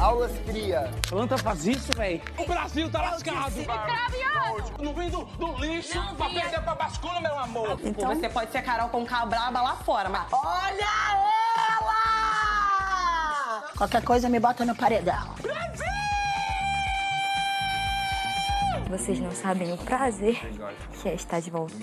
Aulas cria. Planta faz isso, velho. O Brasil tá lascado. Não vem do lixo pra perder pra bascula, meu amor. Então você pode ser a Carol Conká braba lá fora, mas... Olha ela! Qualquer coisa me bota no paredão. Vocês não sabem o prazer que é estar de volta.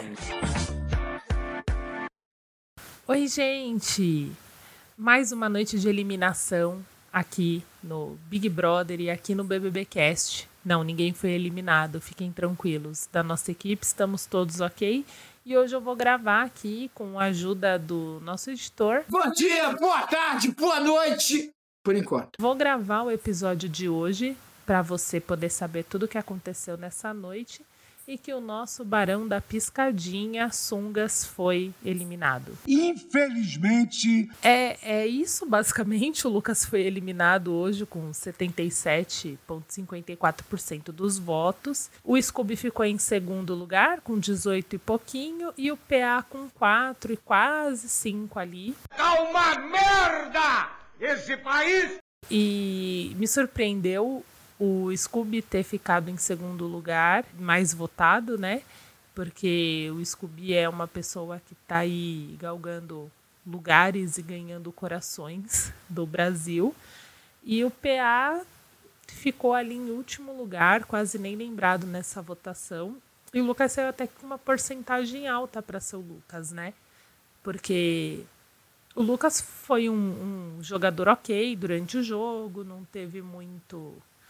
Oi, gente! Mais uma noite de eliminação aqui no Big Brother e aqui no BBB Cast. Não, ninguém foi eliminado, fiquem tranquilos. Da nossa equipe, estamos todos ok. E hoje eu vou gravar aqui com a ajuda do nosso editor. Bom dia, boa tarde, boa noite. Por enquanto. Vou gravar o episódio de hoje para você poder saber tudo o que aconteceu nessa noite e que o nosso Barão da Piscadinha, Sungas, foi eliminado. Infelizmente... É isso, basicamente. O Lucas foi eliminado hoje com 77,54% dos votos. O Scooby ficou em segundo lugar, com 18 e pouquinho, e o PA com 4 e quase 5 ali. É uma merda esse país! E me surpreendeu o Scooby ter ficado em segundo lugar, mais votado, né? Porque o Scooby é uma pessoa que tá aí galgando lugares e ganhando corações do Brasil. E o PA ficou ali em último lugar, quase nem lembrado nessa votação. E o Lucas saiu até com uma porcentagem alta para ser o Lucas, né? Porque o Lucas foi um jogador ok durante o jogo, não teve muito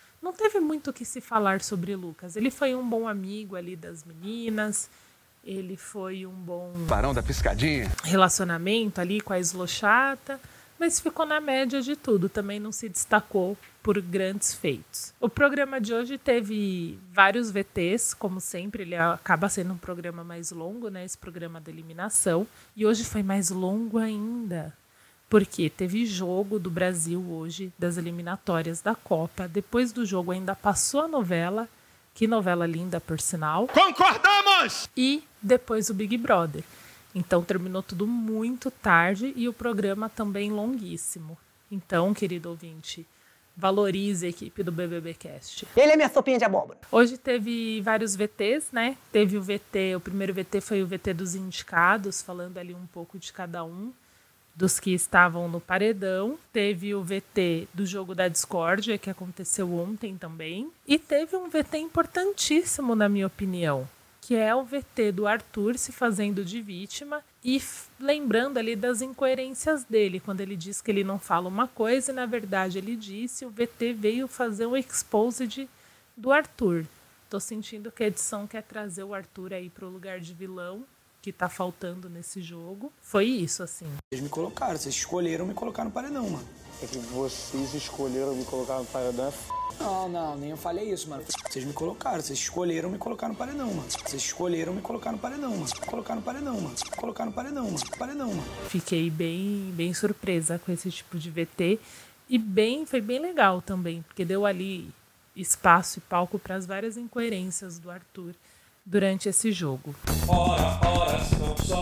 o que se falar sobre o Lucas. Ele foi um bom amigo ali das meninas, ele foi um bom Barão da Piscadinha. relacionamento ali com a Slochata, mas ficou na média de tudo, também não se destacou por grandes feitos. O programa de hoje teve vários VTs, como sempre, ele acaba sendo um programa mais longo, né, esse programa da eliminação, e hoje foi mais longo ainda. Porque teve jogo do Brasil hoje, das eliminatórias da Copa. Depois do jogo ainda passou a novela. Que novela linda, por sinal. Concordamos! E depois o Big Brother. Então terminou tudo muito tarde e o programa também longuíssimo. Então, querido ouvinte, valorize a equipe do BBB Cast. Ele é minha sopinha de abóbora. Hoje teve vários VTs, né? Teve o primeiro VT foi o VT dos indicados, falando ali um pouco de cada um dos que estavam no paredão. Teve o VT do jogo da discórdia, que aconteceu ontem também. E teve um VT importantíssimo, na minha opinião, que é o VT do Arthur se fazendo de vítima e lembrando ali das incoerências dele, quando ele diz que ele não fala uma coisa e, na verdade, ele disse. O VT veio fazer um exposed do Arthur. Tô sentindo que a edição quer trazer o Arthur aí pro lugar de vilão, que tá faltando nesse jogo. Foi isso, assim. Vocês me colocaram, vocês escolheram me colocar no paredão, mano. É que vocês escolheram me colocar no paredão. Não, nem eu falei isso, mano. Vocês me colocaram, vocês escolheram me colocar no paredão, mano. Vocês escolheram me colocar no paredão, mano. Colocar no paredão, mano. Colocar no paredão, mano. Paredão, mano. Fiquei bem surpresa com esse tipo de VT. E foi bem legal também, porque deu ali espaço e palco para as várias incoerências do Arthur durante esse jogo. Ora, não são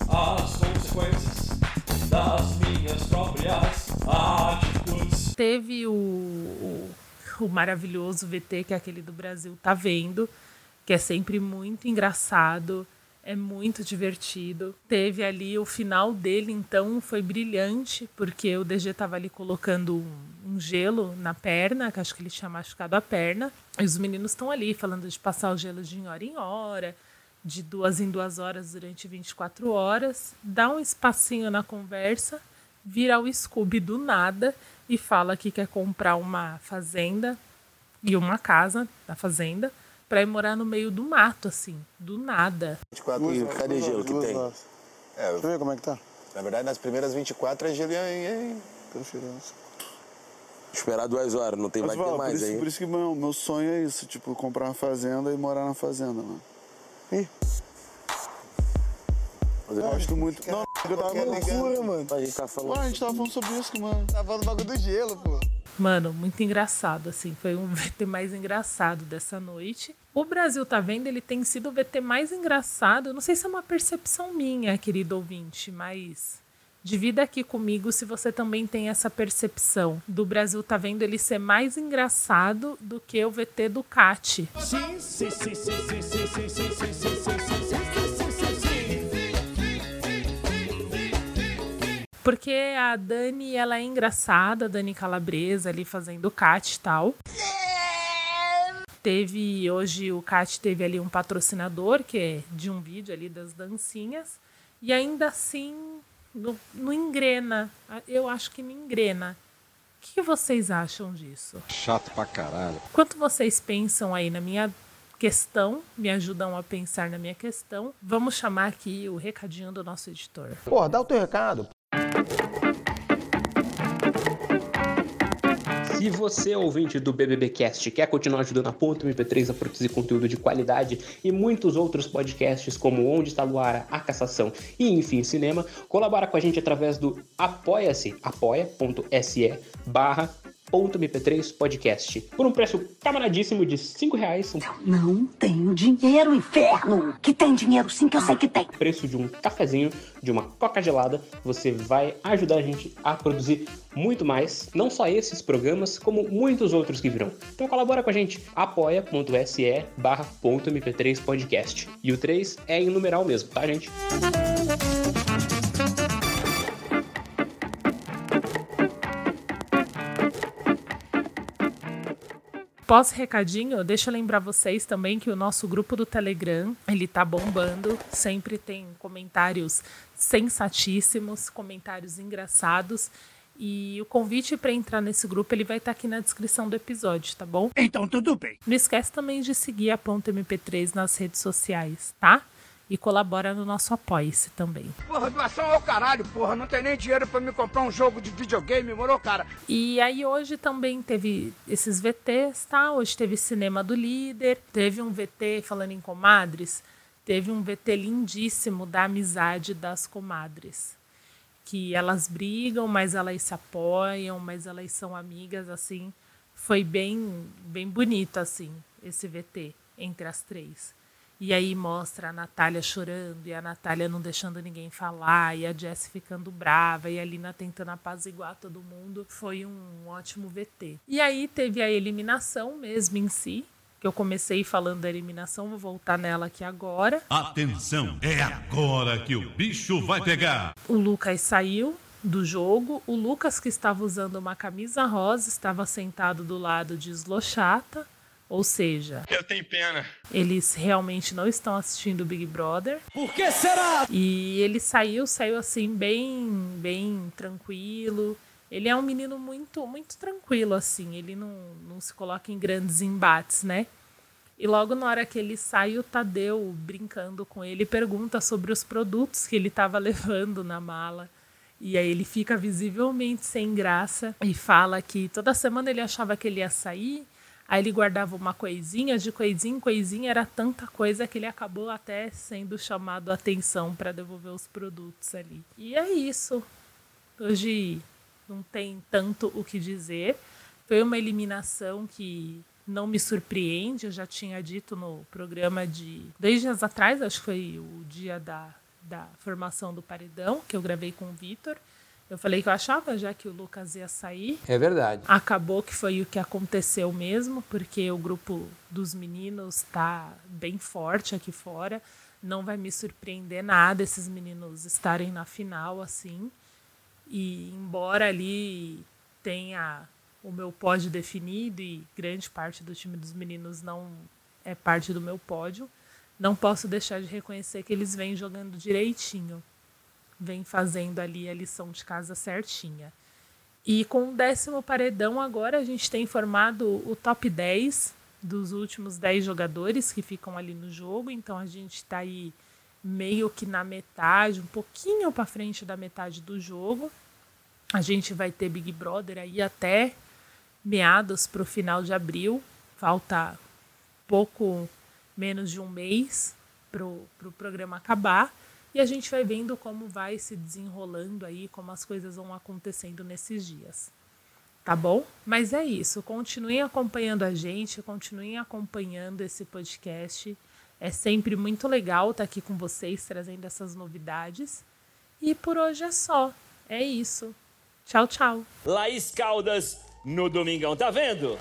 as consequências das minhas próprias atitudes. Teve o maravilhoso VT, que é aquele do Brasil Tá Vendo, que é sempre muito engraçado, é muito divertido. Teve ali o final dele, então, foi brilhante, porque o DG tava ali colocando um gelo na perna, que acho que ele tinha machucado a perna, e os meninos estão ali falando de passar o gelo de hora em hora, de 2 em 2 horas durante 24 horas, dá um espacinho na conversa, vira o Scooby do nada e fala que quer comprar uma fazenda e uma casa na fazenda pra ir morar no meio do mato, assim, do nada. 24 e cadê gelo que tem? Deixa eu ver como é que tá. Na verdade, nas primeiras 24 é gelo e preferência. Esperar 2 horas, não tem mais que mais, hein? Por isso que meu sonho é isso, tipo, comprar uma fazenda e morar na fazenda, mano. Ih. Eu gosto muito. Não, eu tava loucura, mano. A gente tá falando. A gente tava falando sobre isso, mano. Tá falando do bagulho do gelo, pô. Mano, muito engraçado, assim. Foi um VT mais engraçado dessa noite. O Brasil Tá Vendo, ele tem sido o VT mais engraçado. Não sei se é uma percepção minha, querido ouvinte, mas Divida aqui comigo se você também tem essa percepção do Brasil tá vendo ele ser mais engraçado do que o VT do Cat. Sim, sim, sim, sim, sim, sim, sim, sim, sim, sim, sim. Porque a Dani, ela é engraçada, a Dani Calabresa ali fazendo o Cat e tal. Hoje o Cat teve ali um patrocinador, que é de um vídeo ali das dancinhas, e ainda assim não engrena. Eu acho que não engrena. O que vocês acham disso? Chato pra caralho. Enquanto vocês pensam aí na minha questão, me ajudam a pensar na minha questão, vamos chamar aqui o recadinho do nosso editor. Porra, dá o teu recado. Se você, ouvinte do BBBcast, quer continuar ajudando a Ponto MP3 a produzir conteúdo de qualidade e muitos outros podcasts como Onde Está Luara, A Cassação e Enfim Cinema, colabora com a gente através do Apoia-se, apoia.se/.mp3 podcast, por um preço camaradíssimo de R$5. Não tenho dinheiro, inferno! Que tem dinheiro sim, que eu sei que tem. Preço de um cafezinho, de uma coca gelada, você vai ajudar a gente a produzir muito mais, não só esses programas, como muitos outros que virão. Então colabora com a gente, apoia.se/.mp3 podcast. E o 3 é em numeral mesmo, tá, gente? Pós-recadinho, deixa eu lembrar vocês também que o nosso grupo do Telegram, ele tá bombando, sempre tem comentários sensatíssimos, comentários engraçados, e o convite para entrar nesse grupo ele vai estar aqui na descrição do episódio, tá bom? Então tudo bem. Não esquece também de seguir a Ponto MP3 nas redes sociais, tá? E colabora no nosso Apoia-se também. Porra, doação é o caralho, porra. Não tem nem dinheiro pra me comprar um jogo de videogame, morou, cara? E aí hoje também teve esses VTs, tá? Hoje teve Cinema do Líder, teve um VT, falando em comadres, teve um VT lindíssimo da amizade das comadres. Que elas brigam, mas elas se apoiam, mas elas são amigas, assim. Foi bem bonito, assim, esse VT entre as três. E aí mostra a Natália chorando, e a Natália não deixando ninguém falar, e a Jessie ficando brava, e a Lina tentando apaziguar todo mundo. Foi um ótimo VT. E aí teve a eliminação mesmo em si, que eu comecei falando da eliminação, vou voltar nela aqui agora. Atenção, é agora que o bicho vai pegar. O Lucas saiu do jogo. O Lucas, que estava usando uma camisa rosa, estava sentado do lado de Slochata. Ou seja, eu tenho pena. Eles realmente não estão assistindo o Big Brother. Por que será? E ele saiu assim bem tranquilo. Ele é um menino muito tranquilo, assim. Ele não se coloca em grandes embates, né? E logo na hora que ele sai, o Tadeu, brincando com ele, pergunta sobre os produtos que ele estava levando na mala. E aí ele fica visivelmente sem graça e fala que toda semana ele achava que ele ia sair. Aí ele guardava uma coisinha, de coisinha em coisinha, era tanta coisa que ele acabou até sendo chamado a atenção para devolver os produtos ali. E é isso. Hoje não tem tanto o que dizer. Foi uma eliminação que não me surpreende. Eu já tinha dito no programa de 2 dias atrás, acho que foi o dia da formação do Paredão, que eu gravei com o Vitor. Eu falei que eu achava já que o Lucas ia sair. É verdade. Acabou que foi o que aconteceu mesmo, porque o grupo dos meninos tá bem forte aqui fora. Não vai me surpreender nada esses meninos estarem na final, assim. E embora ali tenha o meu pódio definido e grande parte do time dos meninos não é parte do meu pódio, não posso deixar de reconhecer que eles vêm jogando direitinho. Vem fazendo ali a lição de casa certinha. E com o 10º paredão agora a gente tem formado o top 10 dos últimos 10 jogadores que ficam ali no jogo. Então a gente está aí meio que na metade, um pouquinho para frente da metade do jogo. A gente vai ter Big Brother aí até meados para o final de abril. Falta pouco menos de um mês para o programa acabar. E a gente vai vendo como vai se desenrolando aí, como as coisas vão acontecendo nesses dias. Tá bom? Mas é isso. Continuem acompanhando a gente, continuem acompanhando esse podcast. É sempre muito legal estar aqui com vocês, trazendo essas novidades. E por hoje é só. É isso. Tchau, tchau. Laís Caldas no Domingão, tá vendo?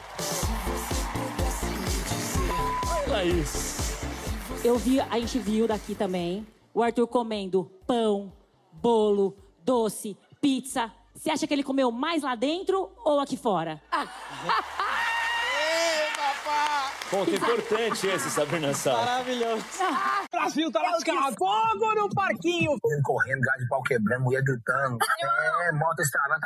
Oi, Laís. A gente viu daqui também o Arthur comendo pão, bolo, doce, pizza. Você acha que ele comeu mais lá dentro ou aqui fora? Ponto importante esse, Sabrina Sato. Maravilhoso. Brasil tá lascado. Fogo no parquinho. Ele correndo, gás de pau quebrando, mulher gritando. Moto estralando.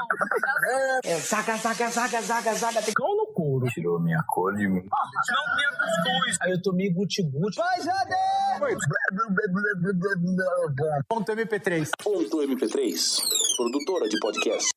Zaga. Tem cão no couro. Tirou minha cor de mim. Não tinha cuscuz. Aí eu tomei guti-guti. Vai, Jade! Ponto MP3. Ponto MP3, produtora de podcast.